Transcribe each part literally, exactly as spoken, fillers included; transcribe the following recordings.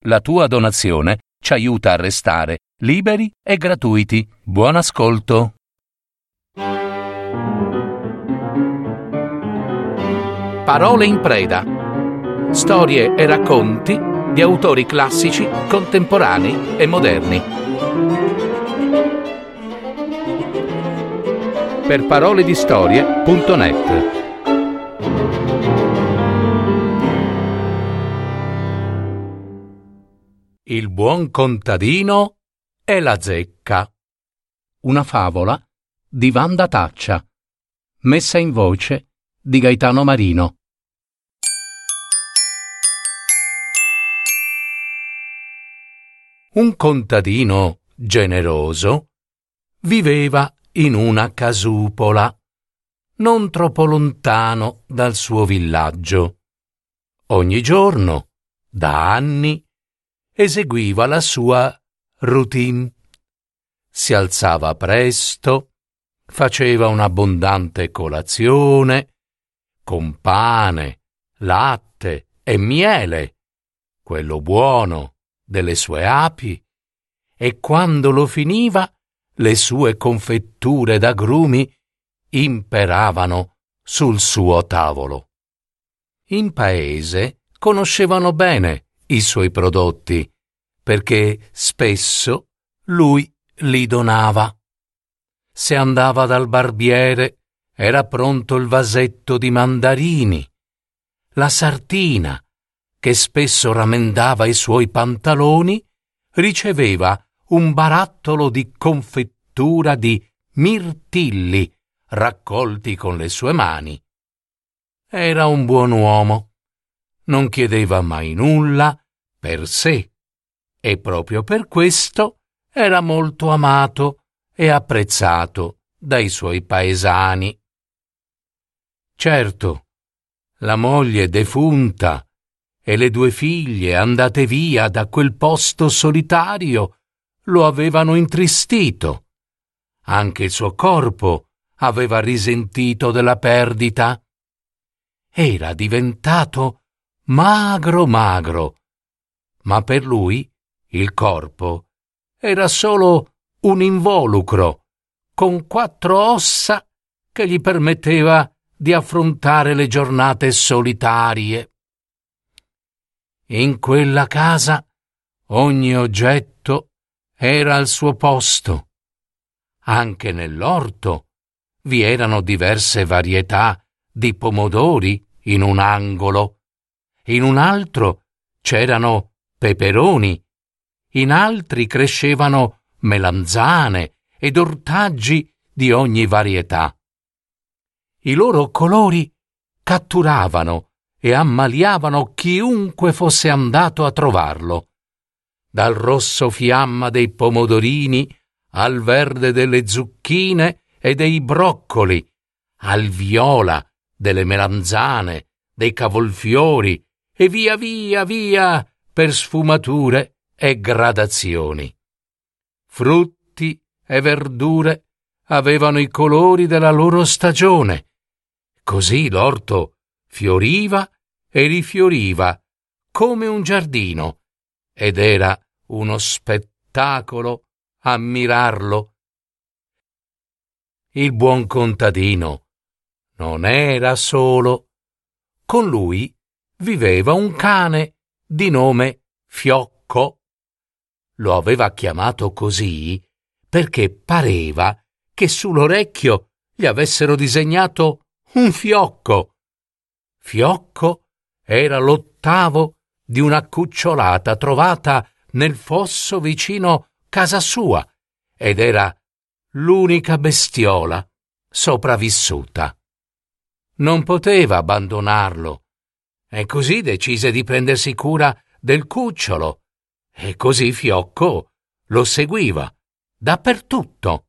La tua donazione ci aiuta a restare liberi e gratuiti. Buon ascolto. Parole in preda. Storie e racconti di autori classici, contemporanei e moderni. Per paroledistorie punto net. Il buon contadino e la zecca. Una favola di Wanda Taccia, messa in voce di Gaetano Marino. Un contadino generoso viveva in una casupola, non troppo lontano dal suo villaggio. Ogni giorno, da anni, eseguiva la sua routine. Si alzava presto, faceva un'abbondante colazione, con pane, latte e miele, quello buono delle sue api, e quando lo finiva, le sue confetture d'agrumi imperavano sul suo tavolo. In paese conoscevano bene i suoi prodotti, perché spesso lui li donava. Se andava dal barbiere, era pronto il vasetto di mandarini. La sartina, che spesso ramendava i suoi pantaloni, riceveva un barattolo di confettura di mirtilli raccolti con le sue mani. Era un buon uomo. Non chiedeva mai nulla per sé e proprio per questo era molto amato e apprezzato dai suoi paesani. Certo, la moglie defunta e le due figlie andate via da quel posto solitario lo avevano intristito. Anche il suo corpo aveva risentito della perdita. Era diventato magro magro, ma per lui il corpo era solo un involucro con quattro ossa che gli permetteva di affrontare le giornate solitarie. In quella casa ogni oggetto era al suo posto. Anche nell'orto vi erano diverse varietà di pomodori in un angolo. In un altro c'erano peperoni, in altri crescevano melanzane ed ortaggi di ogni varietà. I loro colori catturavano e ammaliavano chiunque fosse andato a trovarlo. Dal rosso fiamma dei pomodorini al verde delle zucchine e dei broccoli, al viola delle melanzane, dei cavolfiori, e via via via per sfumature e gradazioni. Frutti e verdure avevano i colori della loro stagione. Così l'orto fioriva e rifioriva come un giardino, ed era uno spettacolo ammirarlo. Il buon contadino non era solo. Con lui viveva un cane di nome Fiocco. Lo aveva chiamato così perché pareva che sull'orecchio gli avessero disegnato un fiocco. Fiocco era l'ottavo di una cucciolata trovata nel fosso vicino casa sua ed era l'unica bestiola sopravvissuta. Non poteva abbandonarlo e così decise di prendersi cura del cucciolo e così Fiocco lo seguiva dappertutto.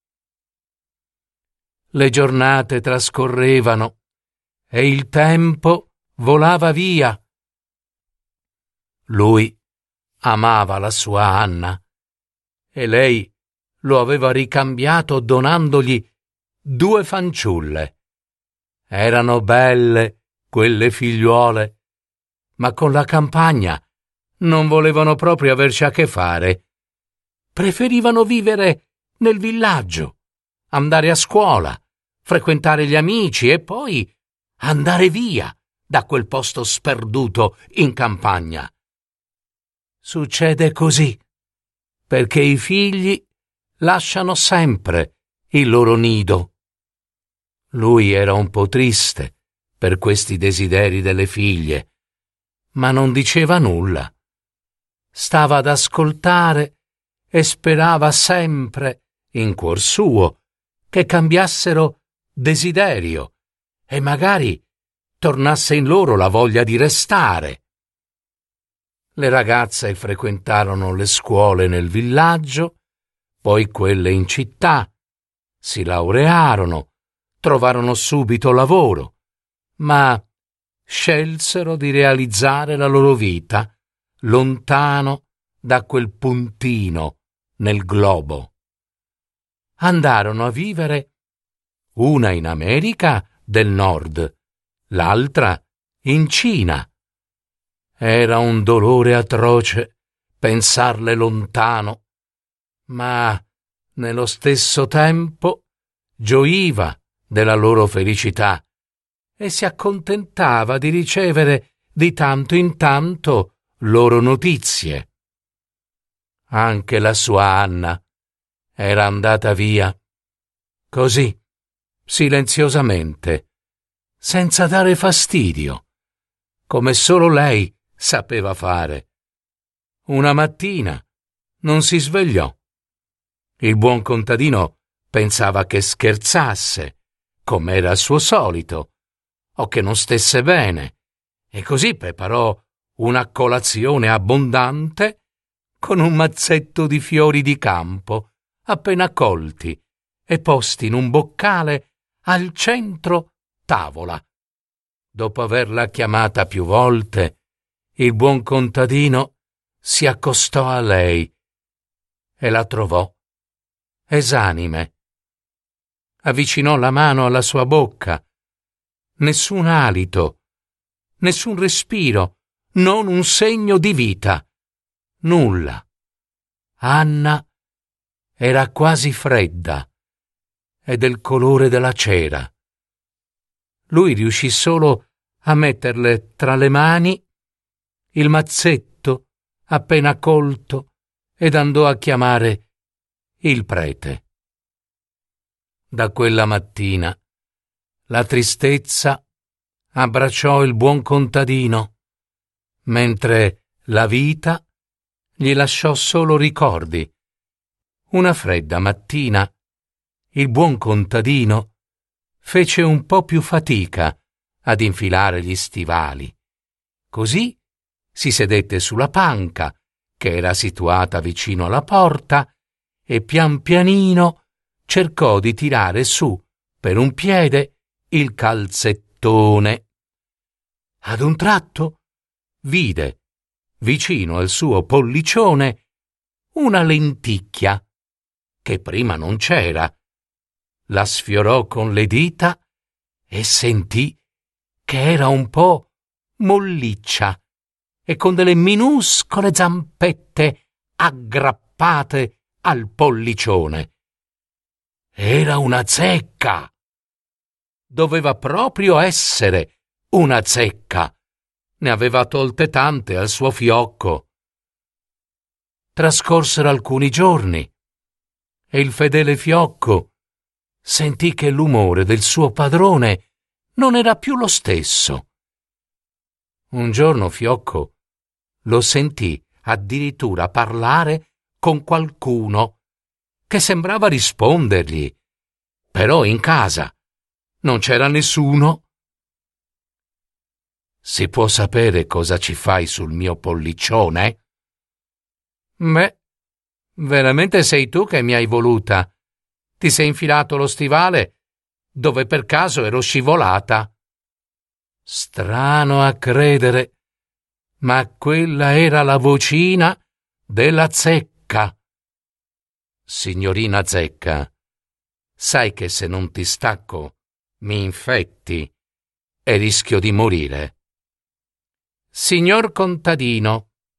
Le giornate trascorrevano e il tempo volava via. Lui amava la sua Anna e lei lo aveva ricambiato donandogli due fanciulle. Erano belle quelle figliuole, ma con la campagna non volevano proprio averci a che fare. Preferivano vivere nel villaggio, andare a scuola, frequentare gli amici e poi andare via da quel posto sperduto in campagna. Succede così, perché i figli lasciano sempre il loro nido. Lui era un po' triste per questi desideri delle figlie, ma non diceva nulla. Stava ad ascoltare e sperava sempre, in cuor suo, che cambiassero desiderio e magari tornasse in loro la voglia di restare. Le ragazze frequentarono le scuole nel villaggio, poi quelle in città, si laurearono, trovarono subito lavoro, ma scelsero di realizzare la loro vita lontano da quel puntino nel globo. Andarono a vivere una in America del Nord, l'altra in Cina. Era un dolore atroce pensarle lontano, ma nello stesso tempo gioiva della loro felicità e si accontentava di ricevere di tanto in tanto loro notizie. Anche la sua Anna era andata via, così, silenziosamente, senza dare fastidio, come solo lei sapeva fare. Una mattina non si svegliò. Il buon contadino pensava che scherzasse, come era il suo solito, o che non stesse bene, e così preparò una colazione abbondante con un mazzetto di fiori di campo appena colti e posti in un boccale al centro tavola. Dopo averla chiamata più volte, il buon contadino si accostò a lei e la trovò esanime. Avvicinò la mano alla sua bocca. Nessun alito, nessun respiro, non un segno di vita. Nulla. Anna era quasi fredda e del colore della cera. Lui riuscì solo a metterle tra le mani il mazzetto appena colto ed andò a chiamare il prete. Da quella mattina la tristezza abbracciò il buon contadino, mentre la vita gli lasciò solo ricordi. Una fredda mattina il buon contadino fece un po' più fatica ad infilare gli stivali. Così si sedette sulla panca, che era situata vicino alla porta, e pian pianino cercò di tirare su per un piede il calzettone. Ad un tratto vide, vicino al suo pollicione, una lenticchia che prima non c'era. La sfiorò con le dita e sentì che era un po' molliccia e con delle minuscole zampette aggrappate al pollicione. Era una zecca. Doveva proprio essere una zecca. Ne aveva tolte tante al suo fiocco. Trascorsero alcuni giorni e il fedele fiocco sentì che l'umore del suo padrone non era più lo stesso. Un giorno Fiocco lo sentì addirittura parlare con qualcuno che sembrava rispondergli, però in casa non c'era nessuno. Si può sapere cosa ci fai sul mio pollicione? Beh, veramente sei tu che mi hai voluta. Ti sei infilato lo stivale dove per caso ero scivolata. Strano a credere, ma quella era la vocina della zecca. Signorina Zecca, sai che se non ti stacco mi infetti e rischio di morire. Signor contadino,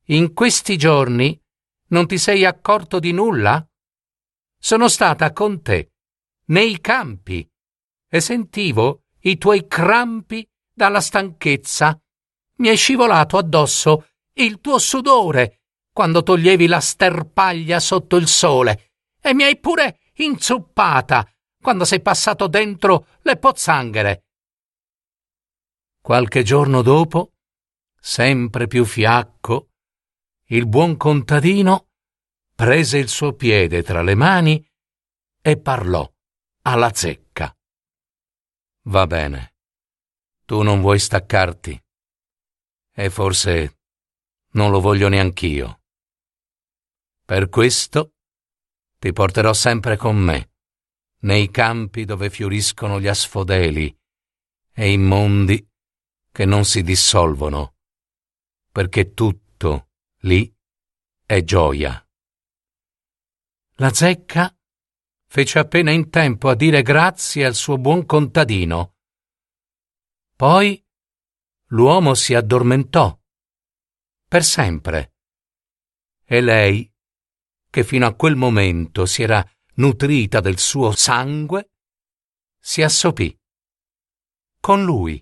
In questi giorni non ti sei accorto di nulla? Sono stata con te, nei campi, e sentivo i tuoi crampi dalla stanchezza. Mi è scivolato addosso il tuo sudore quando toglievi la sterpaglia sotto il sole e mi hai pure inzuppata quando sei passato dentro le pozzanghere. Qualche giorno dopo, sempre più fiacco, il buon contadino prese il suo piede tra le mani e parlò alla zecca. Va bene, tu non vuoi staccarti e forse non lo voglio neanch'io. Per questo ti porterò sempre con me, nei campi dove fioriscono gli asfodeli e i mondi che non si dissolvono, perché tutto lì è gioia. La zecca fece appena in tempo a dire grazie al suo buon contadino. Poi l'uomo si addormentò per sempre e lei, che fino a quel momento si era nutrita del suo sangue, si assopì con lui.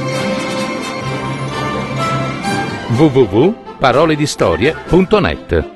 w w w punto paroledistorie punto net